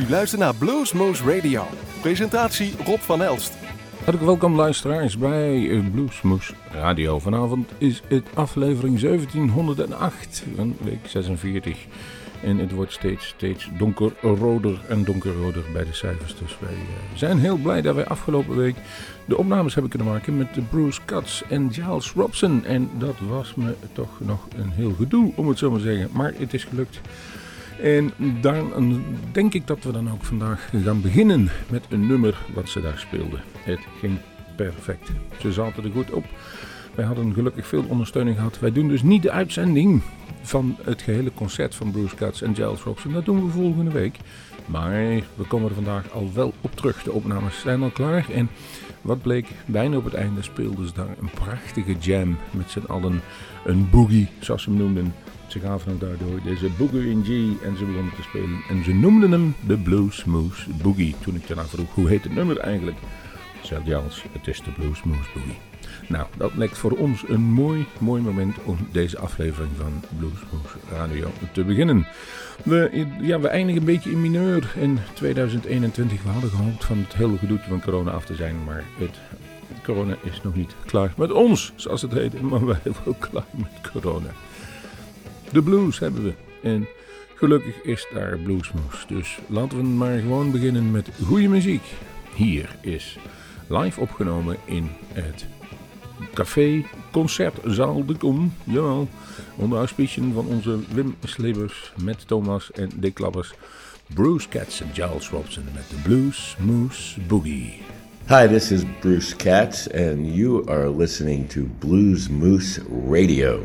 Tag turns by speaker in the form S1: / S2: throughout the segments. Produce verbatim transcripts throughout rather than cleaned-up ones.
S1: U luistert naar Bluesmoose Radio. Presentatie Rob van Elst.
S2: Hartelijk welkom luisteraars bij Bluesmoose Radio. Vanavond is het aflevering zeventienhonderdacht van week zesenveertig. En het wordt steeds, steeds donkerroder en donkerroder bij de cijfers. Dus wij uh, zijn heel blij dat wij afgelopen week de opnames hebben kunnen maken met de Bruce Katz en Giles Robson. En dat was me toch nog een heel gedoe, om het zo maar te zeggen. Maar het is gelukt. En dan denk ik dat we dan ook vandaag gaan beginnen met een nummer wat ze daar speelden. Het ging perfect. Ze zaten er goed op. Wij hadden gelukkig veel ondersteuning gehad. Wij doen dus niet de uitzending van het gehele concert van Bruce Katz en Giles Robson. Dat doen we volgende week. Maar we komen er vandaag al wel op terug. De opnames zijn al klaar. En wat bleek, bijna op het einde speelden ze daar een prachtige jam. Met z'n allen een boogie, zoals ze hem noemden. Ze gaven hem daardoor deze boogie in G en ze begonnen te spelen. En ze noemden hem de Bluesmoose Boogie. Toen ik daarna vroeg, hoe heet het nummer eigenlijk? Zei Giles, het is de Bluesmoose Boogie. Nou, dat lijkt voor ons een mooi, mooi moment om deze aflevering van Bluesmoose Radio te beginnen. We, ja, we eindigen een beetje in mineur in tweeduizend eenentwintig. We hadden gehoopt van het hele gedoetje van corona af te zijn, maar het, corona is nog niet klaar met ons, zoals het heet. Maar wij zijn wel klaar met corona. De blues hebben we. En gelukkig is daar Bluesmoose. Dus laten we maar gewoon beginnen met goede muziek. Hier is live opgenomen in het Café Concertzaal de Kom. Jawel. Onder auspiciën van onze Wim Slebers met Thomas en Dick Klappers. Bruce Katz en Giles Robson met de Bluesmoose Boogie.
S3: Hi, this is Bruce Katz and you are listening to Bluesmoose Radio.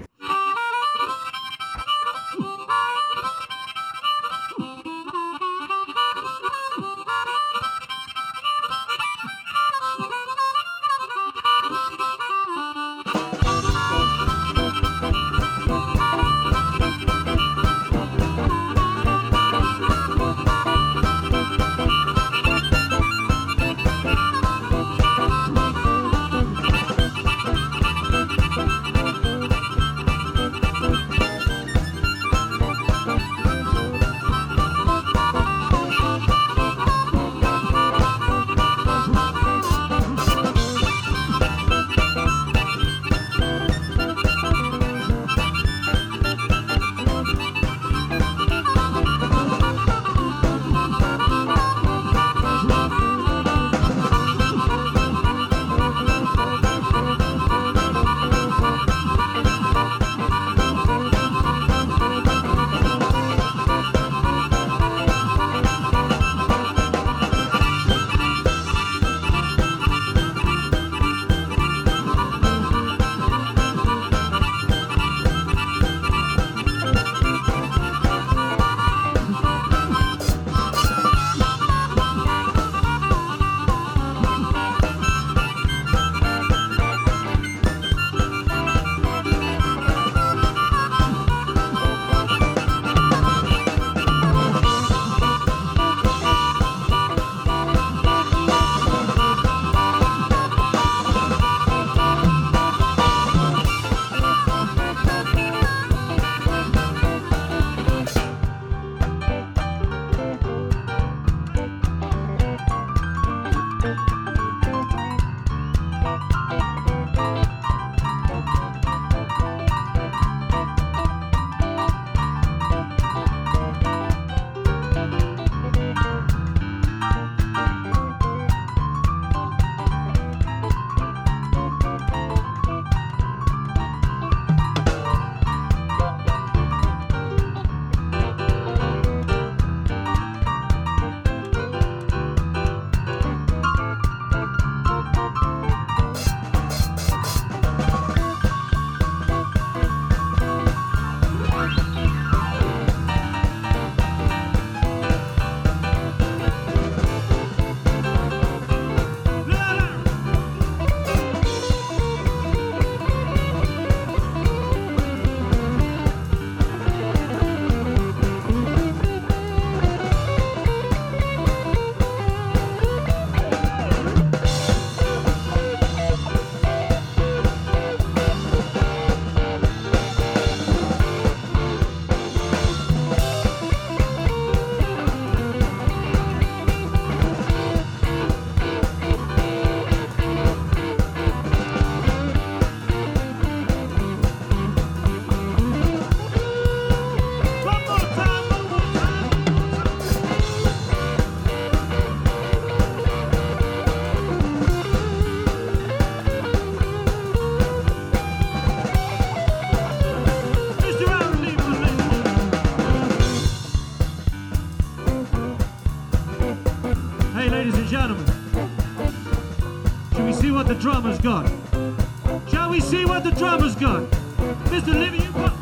S4: gentlemen, shall we see what the drummer's got? Shall we see what the drummer's got? Mister Livy, you got...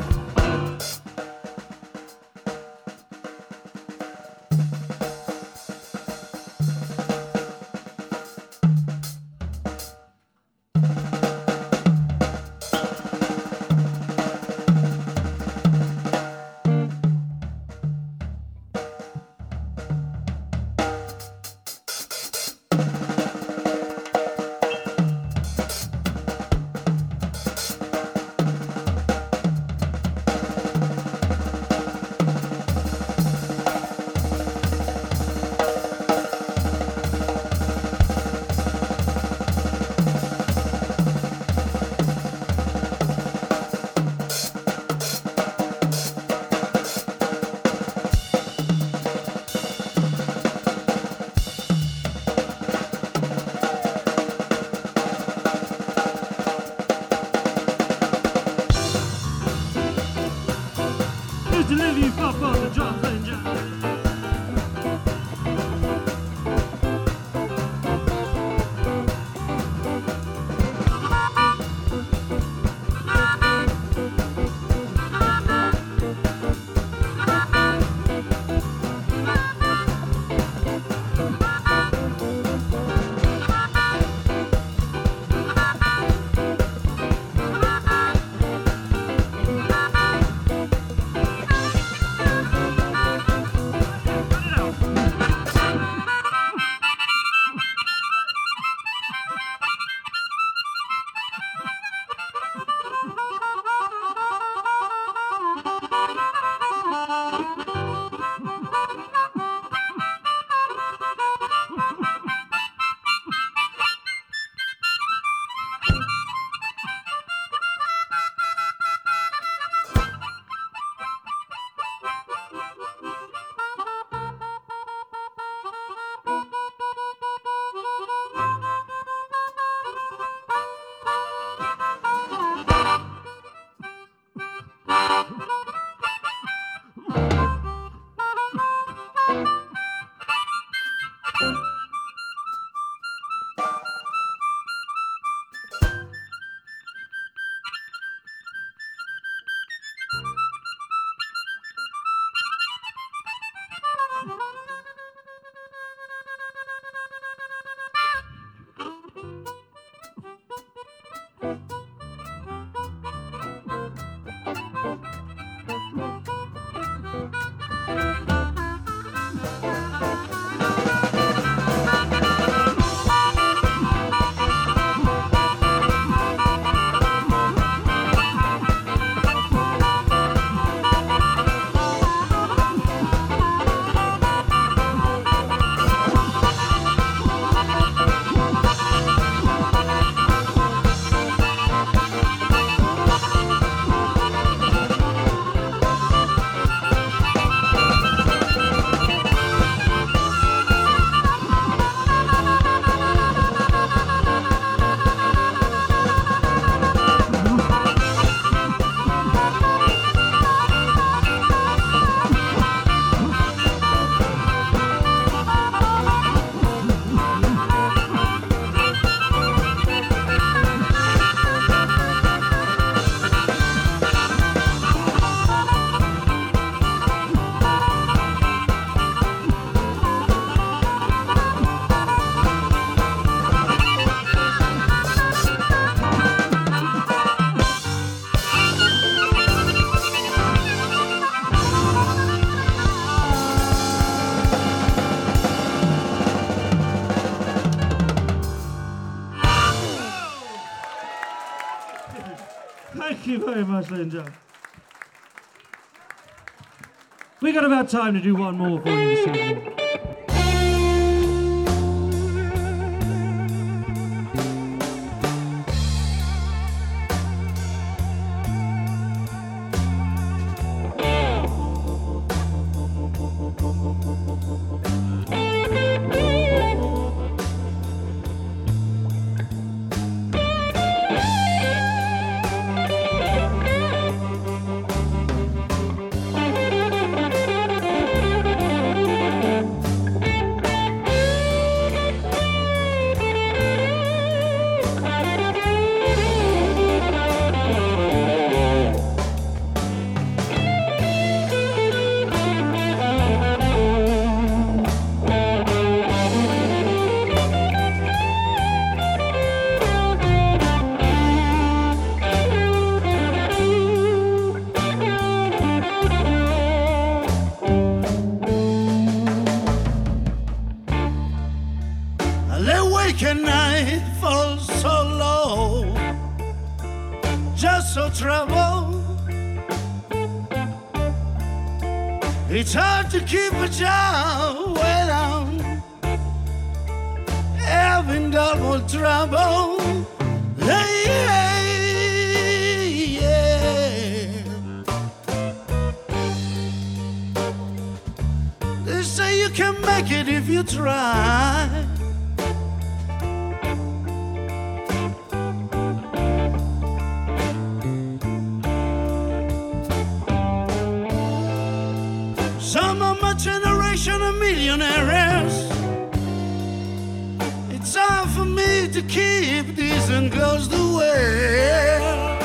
S4: Mister Livy, pop on the drum playing jazz. Thank you very much, Linda. We got about time to do one more for you this evening.
S5: wicked night falls so low, just so troubled. It's hard to keep a job when I'm having double trouble. Hey, hey, yeah. They say you can make it if you try. Some of my generation of millionaires. It's time for me to keep decent close to wear.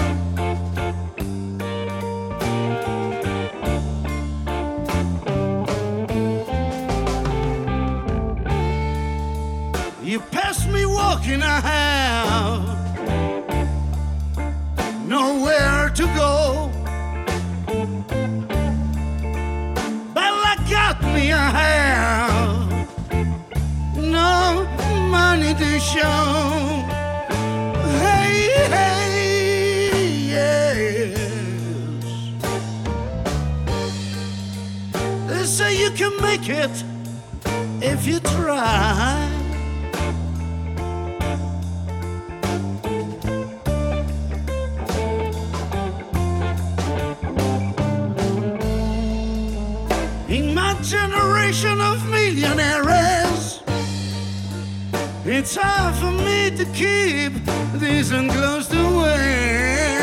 S5: You pass me walking, I have nowhere to go. Me I have no money to show. Hey, hey, yes. They say you can make it if you try. Generation of millionaires. It's hard for me to keep these and close to wear.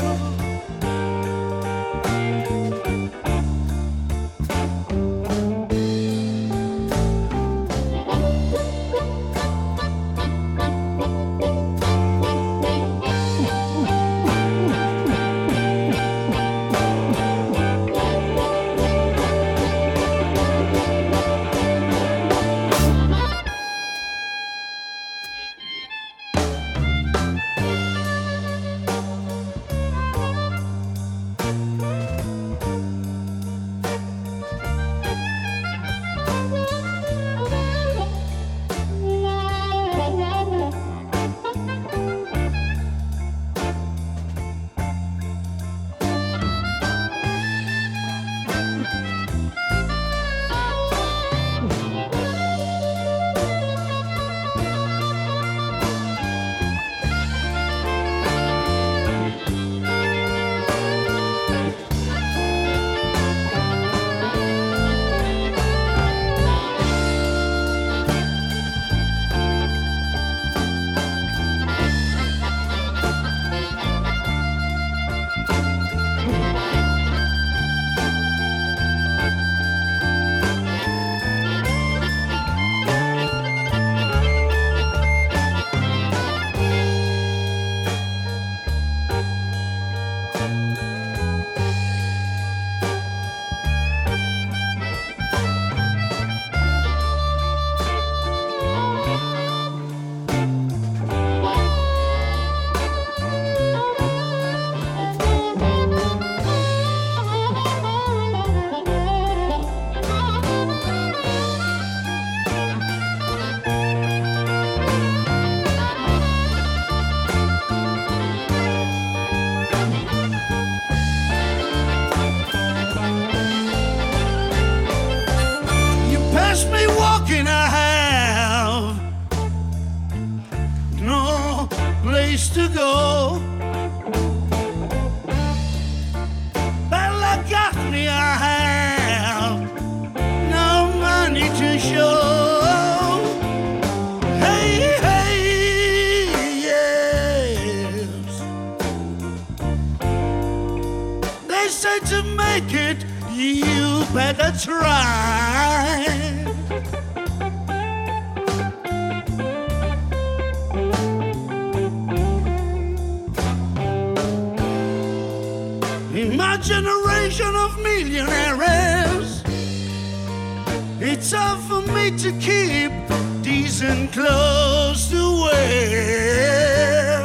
S5: To go, Bella got me, I have no money to show. Hey, hey, yes. They say to make it, you better try. My generation of millionaires, it's hard for me to keep decent clothes to wear.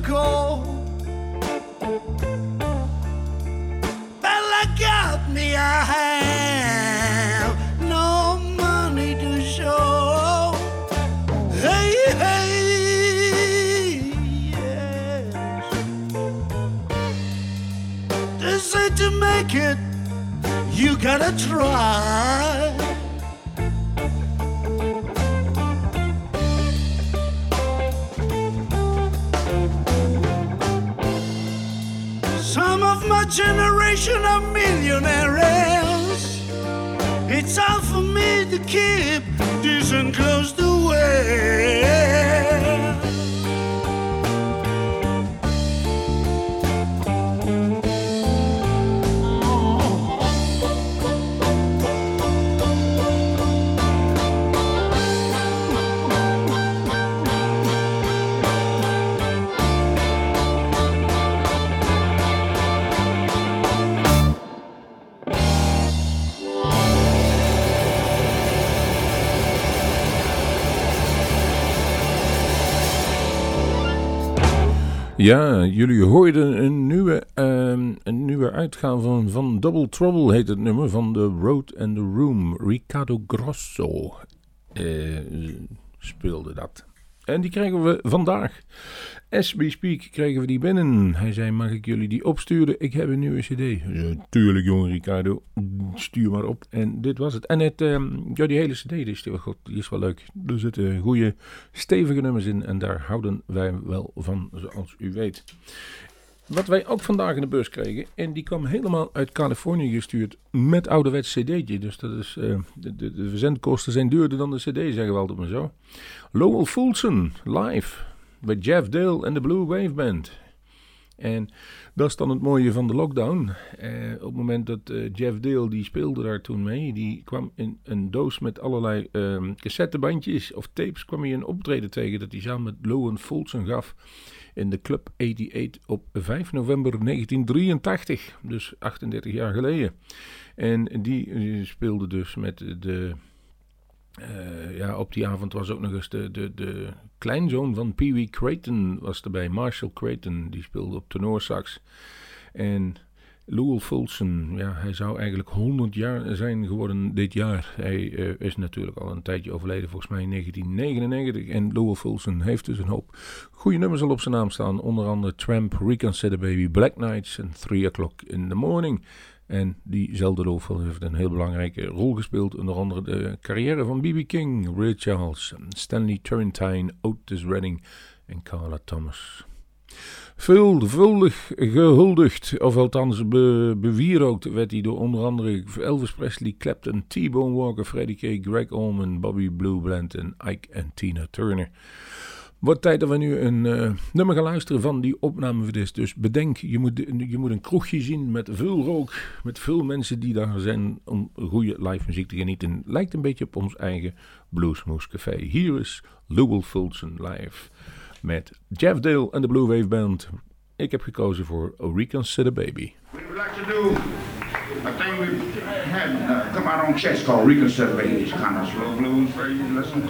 S5: go. Well, I got me, I have no money to show. Hey, hey, yes. They say to make it, you gotta try. Some of my generation are millionaires. It's all for me to keep decent close to wear.
S2: Ja, jullie hoorden een nieuwe, uh, een nieuwe uitgave van, van Double Trouble, heet het nummer, van The Road and the Room. Riccardo Grosso uh, speelde dat. En die kregen we vandaag. As we speak kregen we die binnen. Hij zei, mag ik jullie die opsturen? Ik heb een nieuwe cd. Ja, tuurlijk, jongen Riccardo. Stuur maar op. En dit was het. En het, um, ja, die hele cd die is, wel goed, die is wel leuk. Er zitten goede, stevige nummers in. En daar houden wij wel van, zoals u weet. Wat wij ook vandaag in de bus kregen. En die kwam helemaal uit Californië gestuurd. Met ouderwets cd'tje. Dus dat is, uh, de, de, de verzendkosten zijn duurder dan de cd, zeggen we altijd maar zo. Lowell Fulson, live. Bij Jeff Dale en de Blue Wave Band. En dat is dan het mooie van de lockdown. Eh, op het moment dat uh, Jeff Dale, die speelde daar toen mee. Die kwam in een doos met allerlei uh, cassettebandjes of tapes. Kwam hij een optreden tegen dat hij samen met Lowell Fulson gaf. In de Club achtennegentig op vijf november negentien drieëntachtig. Dus achtendertig jaar geleden. En die uh, speelde dus met de... Uh, ja, op die avond was ook nog eens de, de, de kleinzoon van Pee Wee Creighton was erbij. Marshall Creighton, die speelde op tenorsax. En Lowell Fulson, ja, hij zou eigenlijk honderd jaar zijn geworden dit jaar. Hij uh, is natuurlijk al een tijdje overleden, volgens mij in negentien negenennegentig. En Lowell Fulson heeft dus een hoop goede nummers al op zijn naam staan. Onder andere Tramp, Reconsider Baby, Black Nights en Three O'Clock in the Morning. En diezelfde Lowell heeft een heel belangrijke rol gespeeld. Onder andere de carrière van B B King, Ray Charles, Stanley Turrentine, Otis Redding en Carla Thomas. Veelvuldig gehuldigd, of althans be, bewierookt werd hij door onder andere Elvis Presley, Clapton, T-Bone Walker, Freddie K, Greg Allman, Bobby Blue Bland en Ike en Tina Turner. Wordt tijd dat we nu een uh, nummer gaan luisteren van die opnamevideo. Dus bedenk, je moet, je moet een kroegje zien met veel rook, met veel mensen die daar zijn om goede live muziek te genieten. Lijkt een beetje op ons eigen Bluesmoose Café. Hier is Lowell Fulson live met Jeff Dale en de Blue Wave Band. Ik heb gekozen voor A Reconsider Baby.
S6: We would like to do a thing we've had uh, come out on chess called Reconsider Baby. It's kind of slow blues for you to listen to.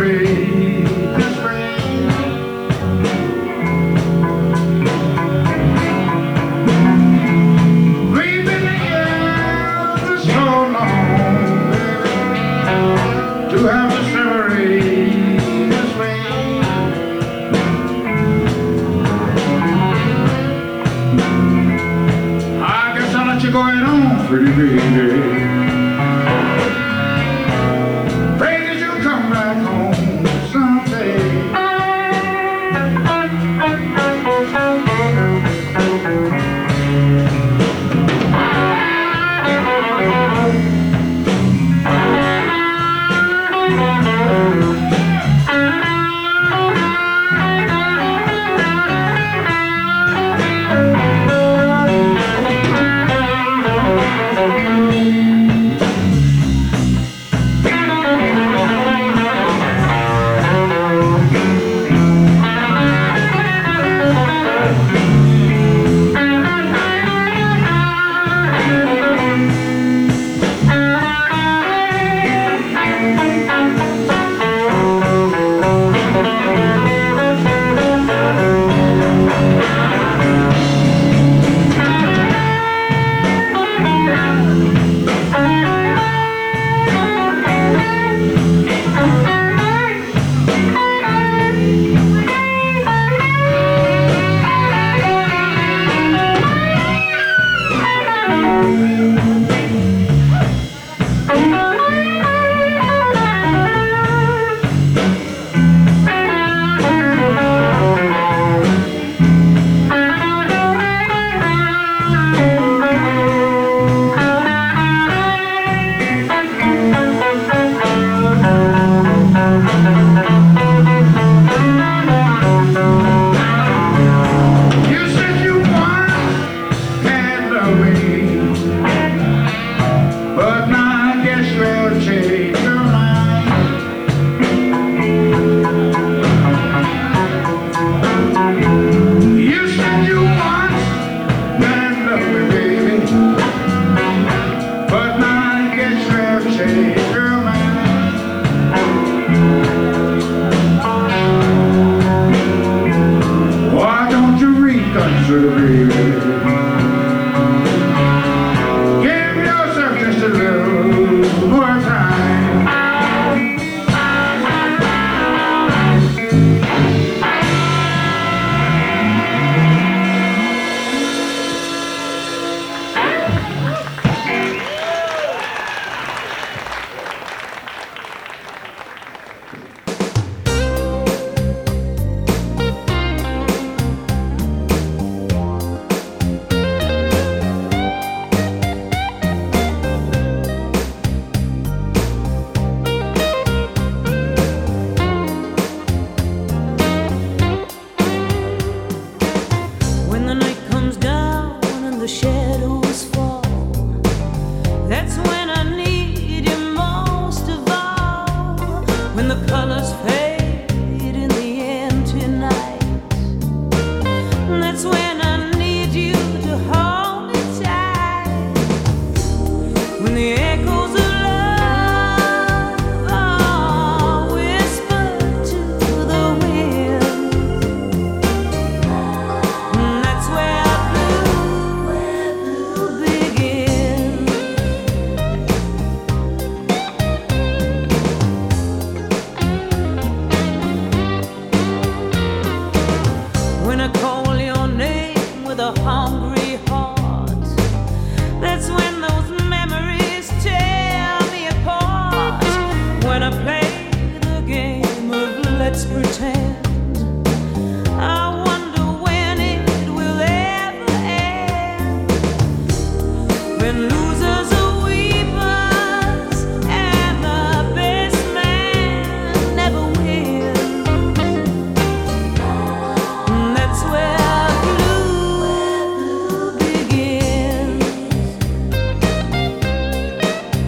S6: misery this way. We've been together for so long, baby, to have to separate this way. I guess I'll let you go on, pretty baby.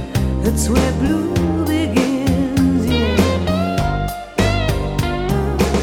S7: That's where blue begins, yeah.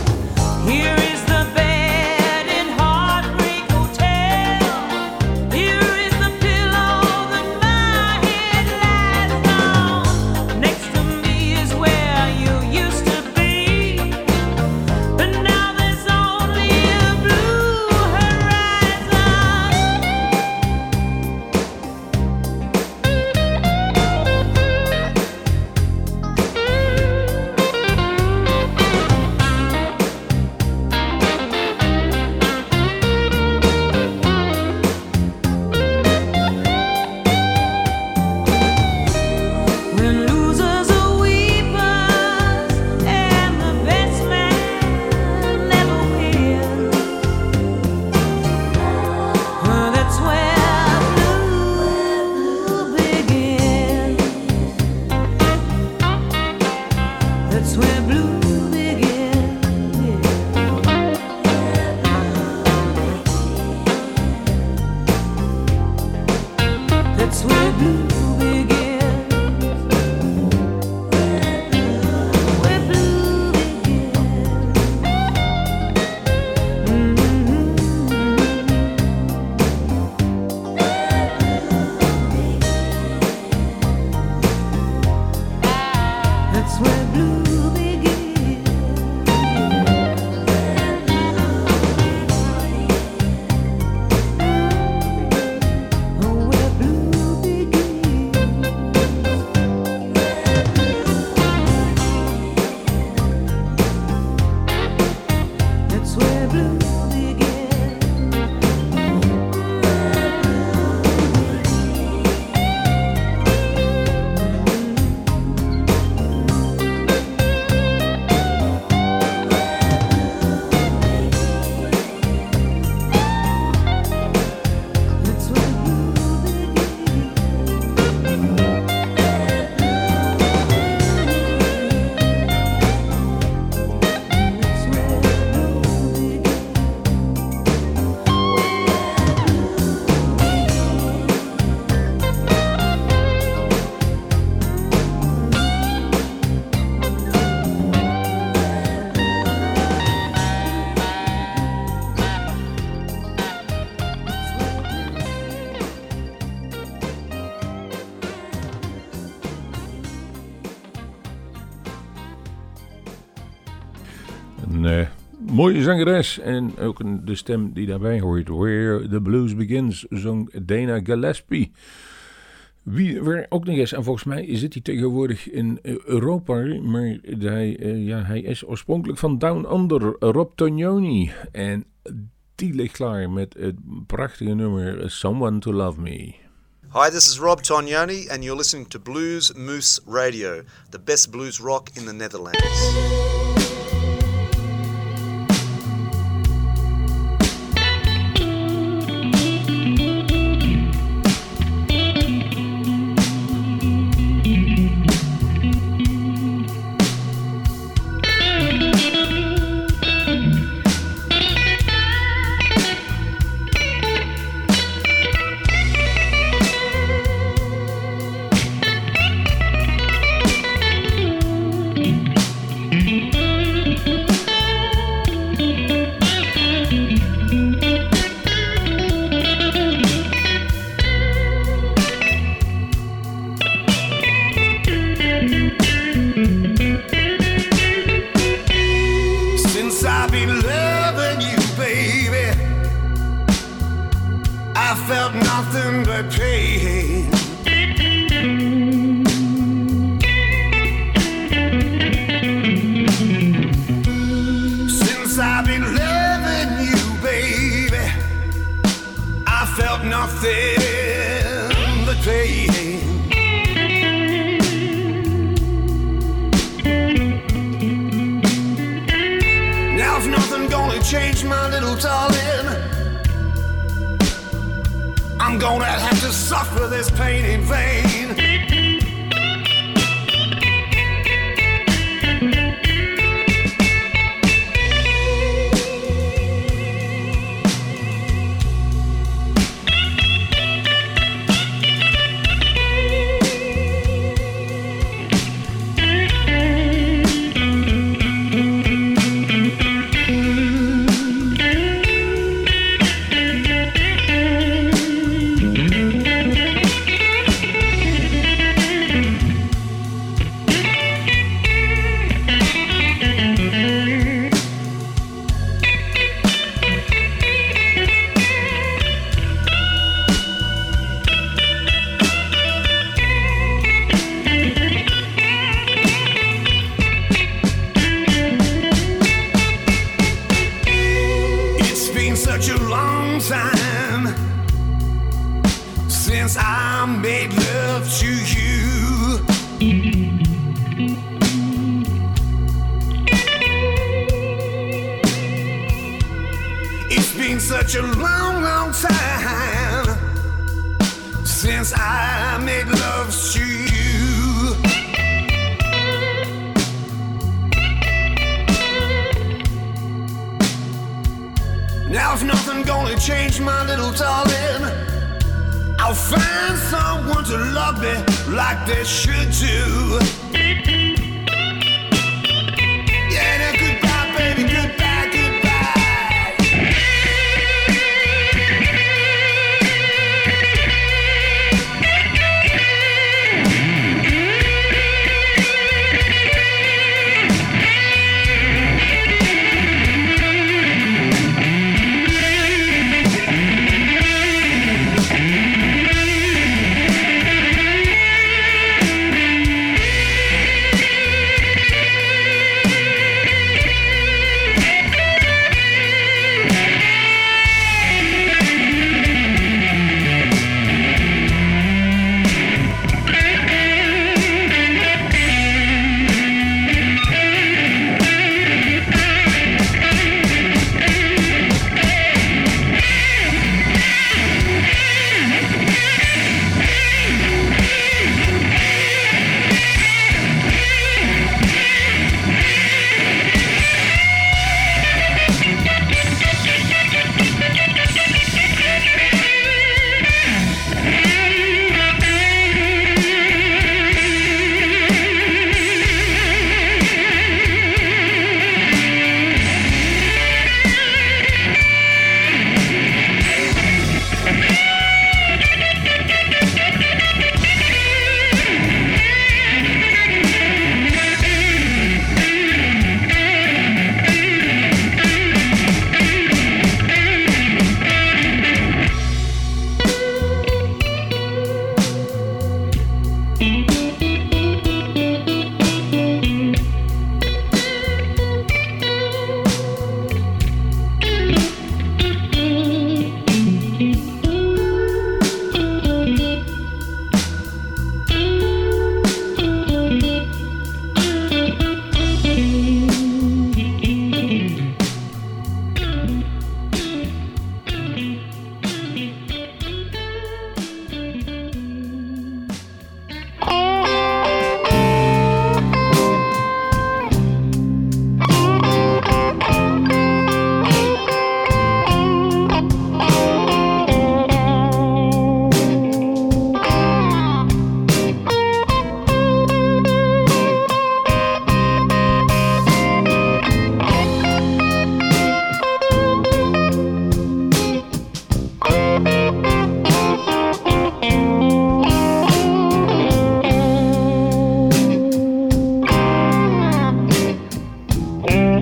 S2: Een uh, mooie zangeres en ook een, de stem die daarbij hoort. Where the Blues Begins, zong Dana Gillespie. Wie er ook nog is, en volgens mij zit hij tegenwoordig in Europa, maar hij, uh, ja, hij is oorspronkelijk van Down Under, Rob Tognoni. En die ligt klaar met het prachtige nummer Someone to Love Me.
S7: Hi, this is Rob Tognoni and you're listening to Blues Moose Radio, the best blues rock in the Netherlands.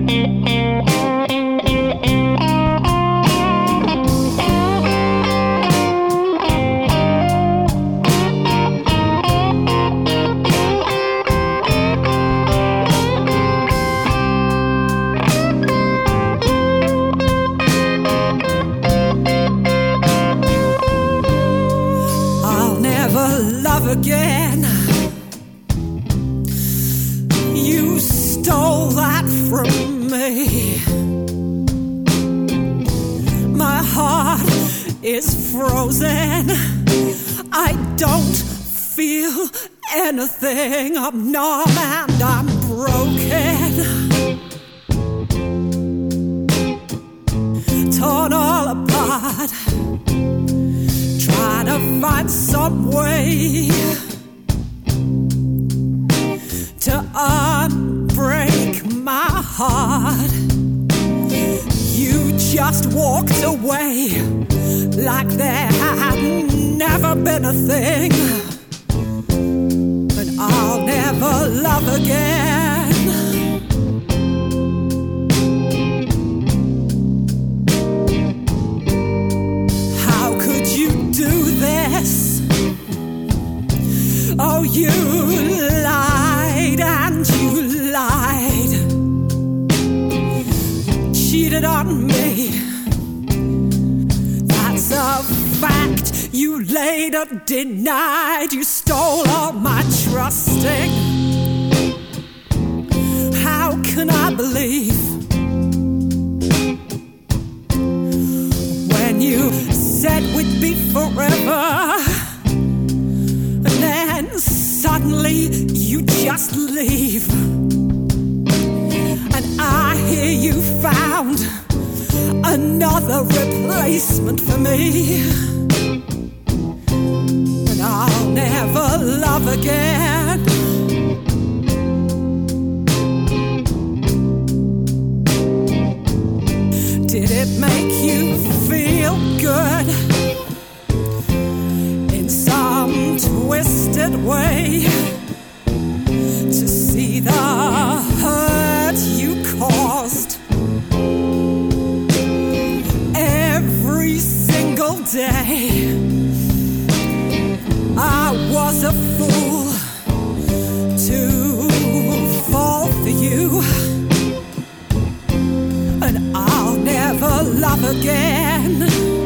S8: Again, you stole that from me. My heart is frozen. I don't feel anything. I'm numb and I'm broken, torn all apart. Trying to find some way to unbreak my heart. You just walked away like there had never been a thing, and I'll never love again. Oh, you lied and you lied, cheated on me. That's a fact you later denied. You stole all my trusting. How can I believe when you said we'd be forever? Suddenly you just leave, and I hear you found another replacement for me, and I'll never love again. Did it make you feel good in some twisted way to see the hurt you caused every single day? I was a fool to fall for you, and I'll never love again.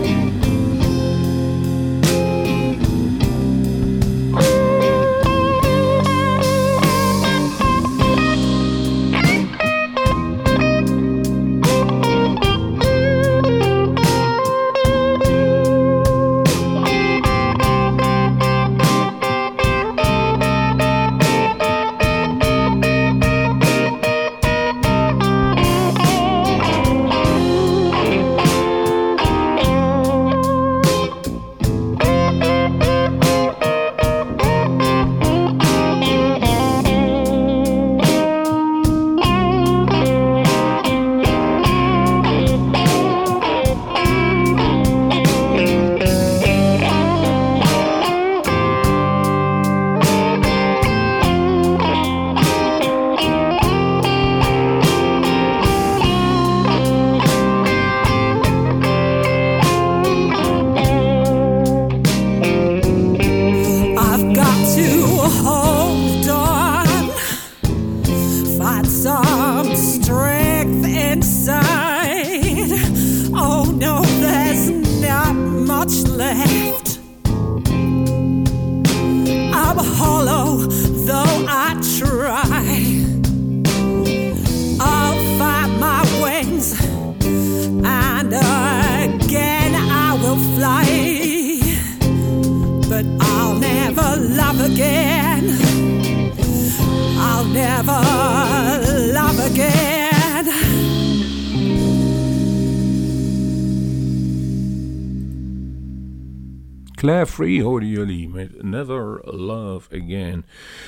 S2: Claire Free hoorden jullie met Never Love Again.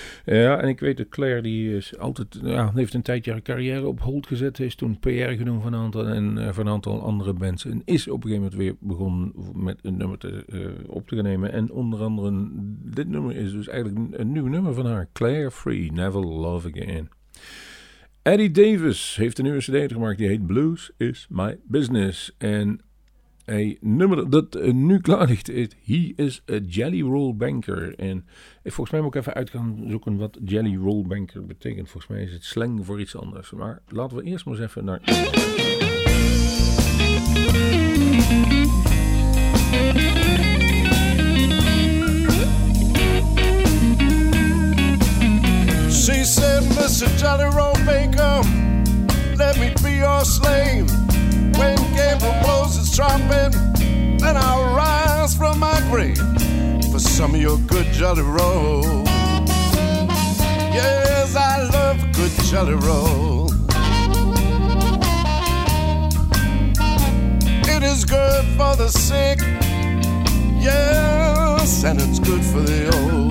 S2: Ja, en ik weet dat Claire die is altijd, ja, heeft een tijdje haar carrière op hold gezet. Heeft toen P R gedaan van een aantal, en uh, van een aantal andere bands. En is op een gegeven moment weer begonnen met een nummer te, uh, op te gaan nemen. En onder andere dit nummer is dus eigenlijk een, een nieuw nummer van haar. Claire Free, Never Love Again. Eddie Davis heeft een nieuwe cd gemaakt. Die heet Blues is My Business. En een nummer dat uh, nu klaar ligt is He is a Jelly Roll Banker. En volgens mij moet ik even uit gaan zoeken wat Jelly Roll Banker betekent. Volgens mij is het slang voor iets anders. Maar laten we eerst maar eens even naar...
S9: She said, Mister Jelly Roll Baker, let me be your slave. When Gabriel blows his trumpet, then I'll rise from my grave for some of your good Jelly Roll. Yes, I love a good Jelly Roll. It is good for the sick, yes, and it's good for the old.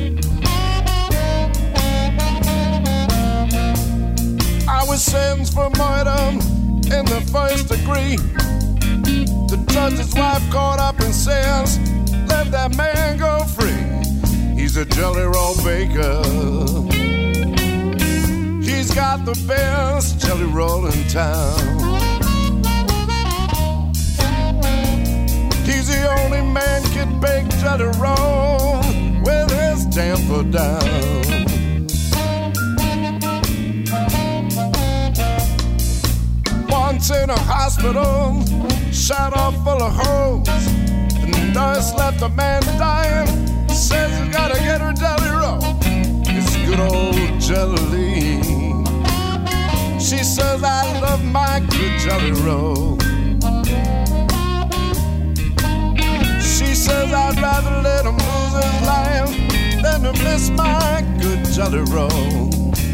S9: I was sentenced for murder in the first degree. The judge's wife caught up and says, let that man go free. He's a Jelly Roll Baker. He's got the best Jelly Roll in town. He's the only man can bake Jelly Roll with his temper down. Once in a hospital, shot off full of holes. The nurse left a man dying, says you gotta get her Jelly Roll. It's good old jelly. She says I love my good Jelly Roll. She says I'd rather let him lose his life than to miss my good Jelly Roll.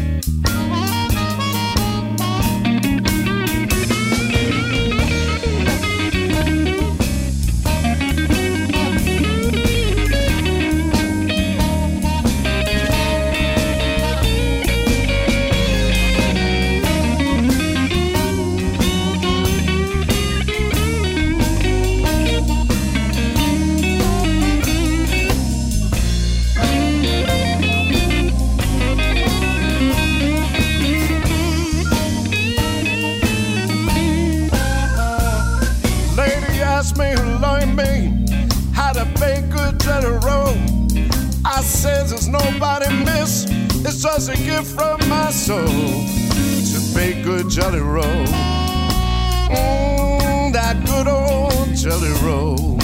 S9: Me who learned me how to bake good Jelly Roll. I says there's nobody miss, it's just a gift from my soul to bake good Jelly Roll. Mmm, that good old Jelly Roll.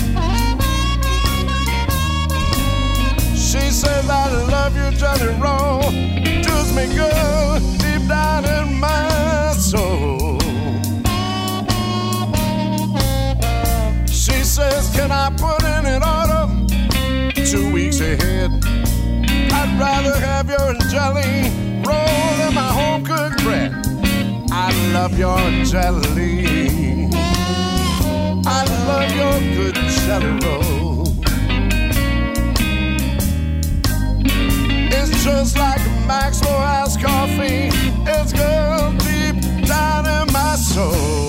S9: She says I love you Jelly Roll, does me good deep down in my soul. She says, can I put in an order two weeks ahead? I'd rather have your jelly roll than my home cooked bread. I love your jelly. I love your good Jelly Roll. It's just like Maxwell House coffee. It's good deep down in my soul.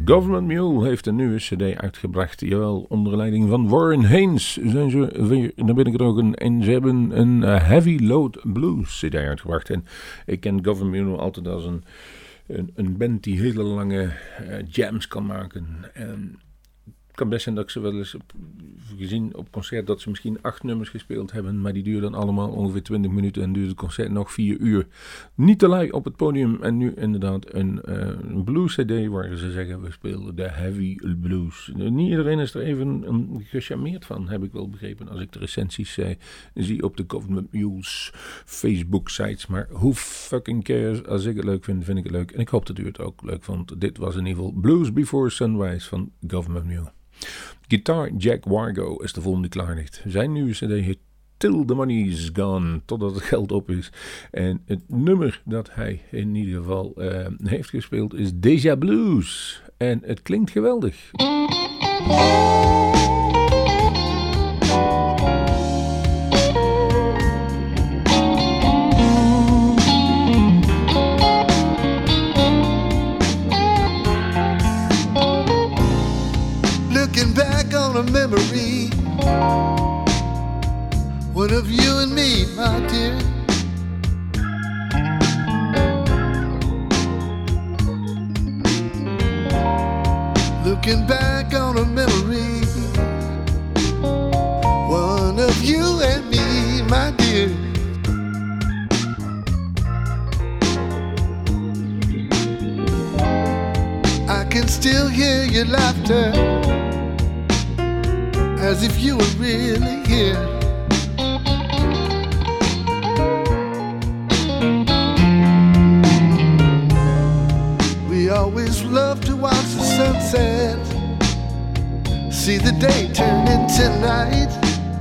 S2: Government Mule heeft een nieuwe cd uitgebracht. Jawel, onder leiding van Warren Haynes zijn ze weer naar binnen gedrogen. En ze hebben een Heavy Load Blues cd uitgebracht. En ik ken Government Mule altijd als een, een, een band die hele lange uh, jams kan maken. En het kan best zijn dat ik ze wel eens heb gezien op concert dat ze misschien acht nummers gespeeld hebben, maar die duurden dan allemaal ongeveer twintig minuten en duurde het concert nog vier uur. Niet te lui op het podium en nu inderdaad een, uh, een blues cd waar ze zeggen we spelen de heavy blues. Niet iedereen is er even um, gecharmeerd van, heb ik wel begrepen als ik de recensies uh, zie op de Government Mules Facebook sites, maar who fucking cares, als ik het leuk vind, vind ik het leuk en ik hoop dat u het ook leuk vond. Dit was in ieder geval Blues Before Sunrise van Government Mule. Guitar Jack Wargo is de volgende die klaar ligt. Zijn nieuwe cd heet Till the Money's Gone, totdat het geld op is. En het nummer dat hij in ieder geval uh, heeft gespeeld is Deja Blues. En het klinkt geweldig.
S5: Looking back on a memory, one of you and me, my dear. Looking back on a memory, one of you and me, my dear. I can still hear your laughter, as if you were really here. We always loved to watch the sunset, see the day turn into night.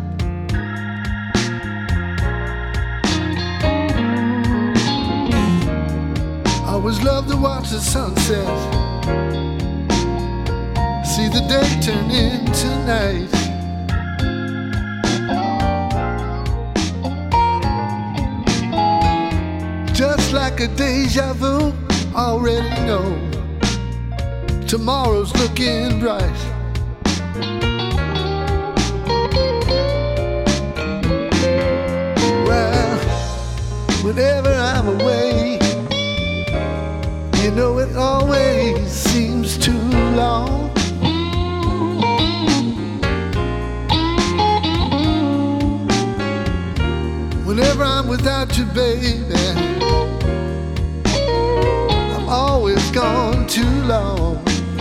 S5: Always loved to watch the sunset, see the day turn into night. Just like a deja vu, already know tomorrow's looking bright. Well, whenever I'm away, you know it always seems too long. Whenever I'm without you, baby, I'm always gone too long.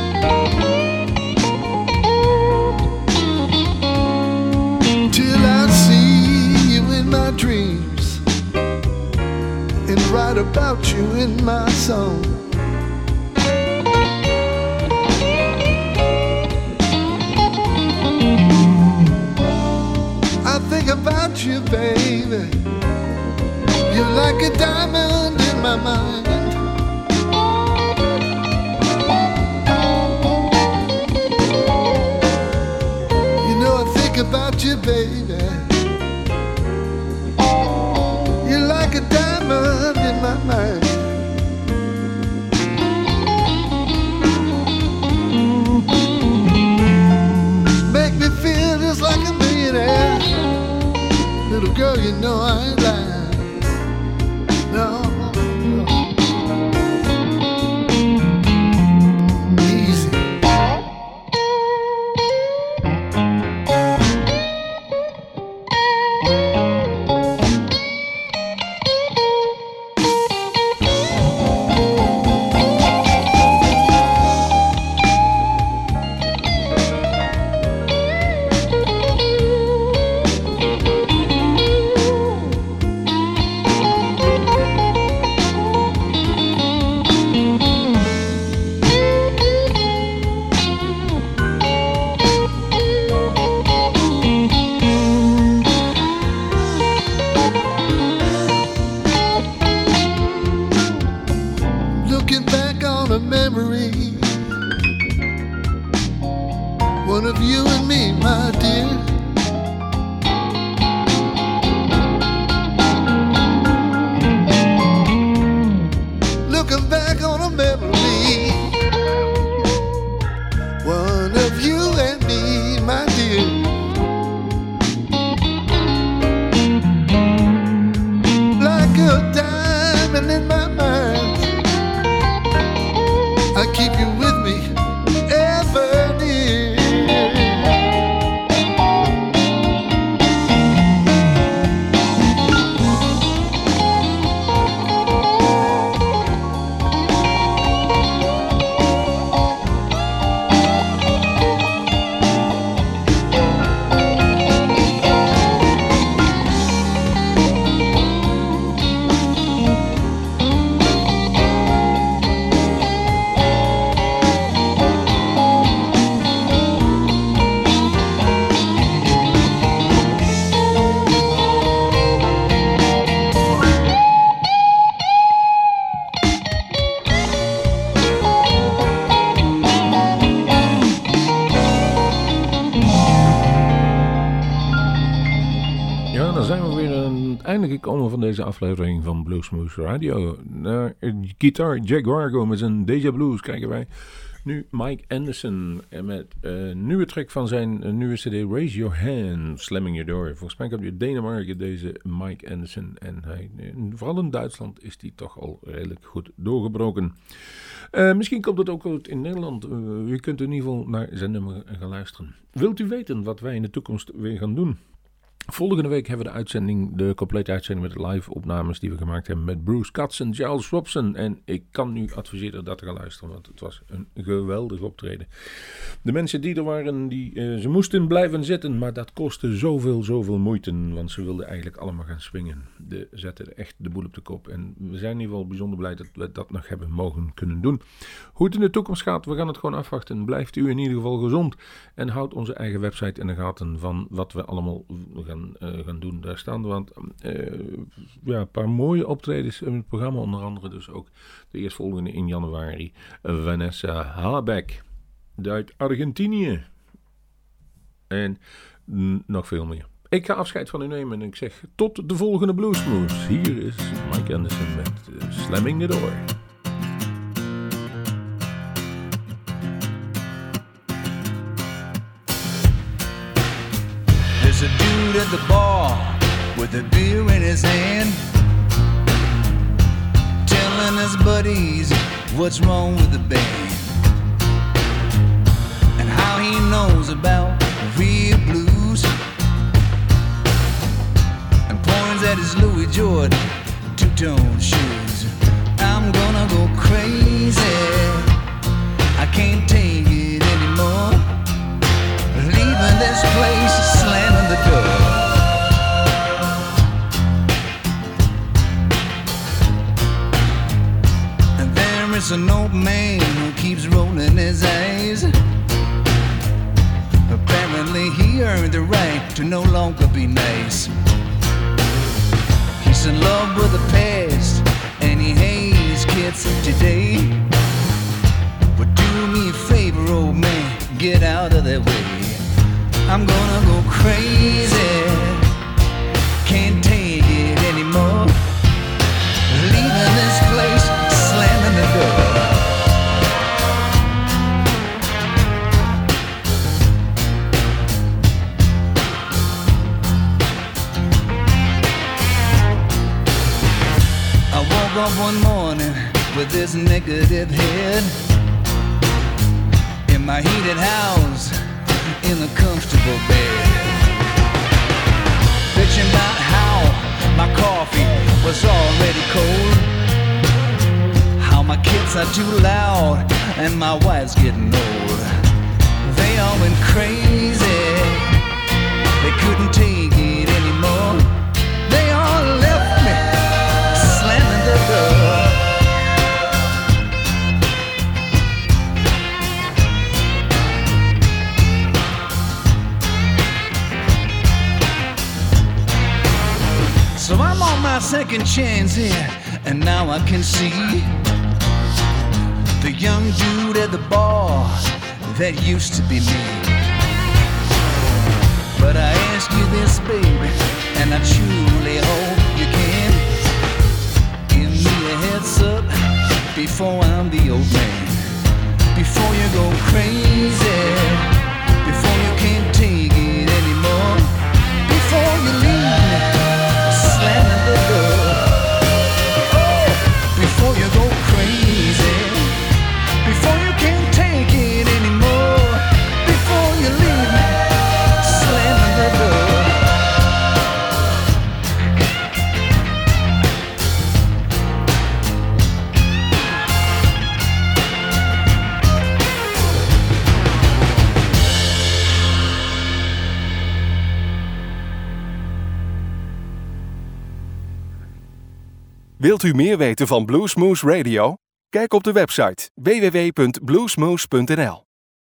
S5: Till I see you in my dreams and write about you in my song. I think about you, baby. You're like a diamond in my mind. You know I think about you, baby. You're like a diamond in my mind. Make me feel just like a millionaire. Little girl, you know I ain't lying. No, no. Easy.
S2: einde gekomen van deze aflevering van Bluesmoose Radio. Naar Guitar Jaguar met zijn Deja Blues krijgen wij nu Mike Anderson met een nieuwe track van zijn nieuwe cd Raise Your Hand, Slamming Your Door. Volgens mij komt uit Denemarken deze Mike Anderson en hij, vooral in Duitsland is hij toch al redelijk goed doorgebroken. Uh, misschien komt het ook uit in Nederland. Uh, u kunt in ieder geval naar zijn nummer gaan luisteren. Wilt u weten wat wij in de toekomst weer gaan doen? Volgende week hebben we de uitzending, de complete uitzending met de live opnames die we gemaakt hebben met Bruce Katz en Giles Robson. En ik kan u adviseren dat te gaan luisteren, want het was een geweldig optreden. De mensen die er waren, die, uh, ze moesten blijven zitten, maar dat kostte zoveel, zoveel moeite, want ze wilden eigenlijk allemaal gaan swingen. De zetten echt de boel op de kop en we zijn in ieder geval bijzonder blij dat we dat nog hebben mogen kunnen doen. Hoe het in de toekomst gaat, we gaan het gewoon afwachten. Blijft u in ieder geval gezond en houd onze eigen website in de gaten van wat we allemaal gaan Uh, gaan doen. Daar staan er want, uh, ja, een paar mooie optredens in het programma, onder andere dus ook de eerstvolgende in januari, uh, Vanessa Habeck uit Argentinië en mm, nog veel meer. Ik ga afscheid van u nemen en ik zeg tot de volgende Bluesmoose. Hier is Mike Anderson met uh, Slamming the Door.
S10: There's a dude at the bar with a beer in his hand, telling his buddies what's wrong with the band and how he knows about real blues, and points at his Louis Jordan two-tone shoes. I'm gonna go crazy, I can't take it anymore, leaving this place, slamming the door. And there is an old man who keeps rolling his eyes. Apparently he earned the right to no longer be nice. He's in love with the past and he hates kids of today. But do me a favor, old man, get out of their way. I'm gonna go crazy, can't take it anymore, leaving this place, slamming the door. I woke up one morning with this negative head in my heated house, in a comfortable bed, bitching about how my coffee was already cold, how my kids are too loud and my wife's getting old. They all went crazy, they couldn't take it anymore, they all left me slamming the door. So I'm on my second chance here, and now I can see the young dude at the bar that used to be me. But I ask you this, baby, and I truly hope you can give me a heads up before I'm the old man, before you go crazy, before you can't take it anymore, before you leave me slamming the door. Oh, before you go crazy, before you can't take it anymore, before you leave me slamming the door.
S1: Wilt u meer weten van Bluesmoose Radio? Kijk op de website w w w punt bluesmoose punt n l.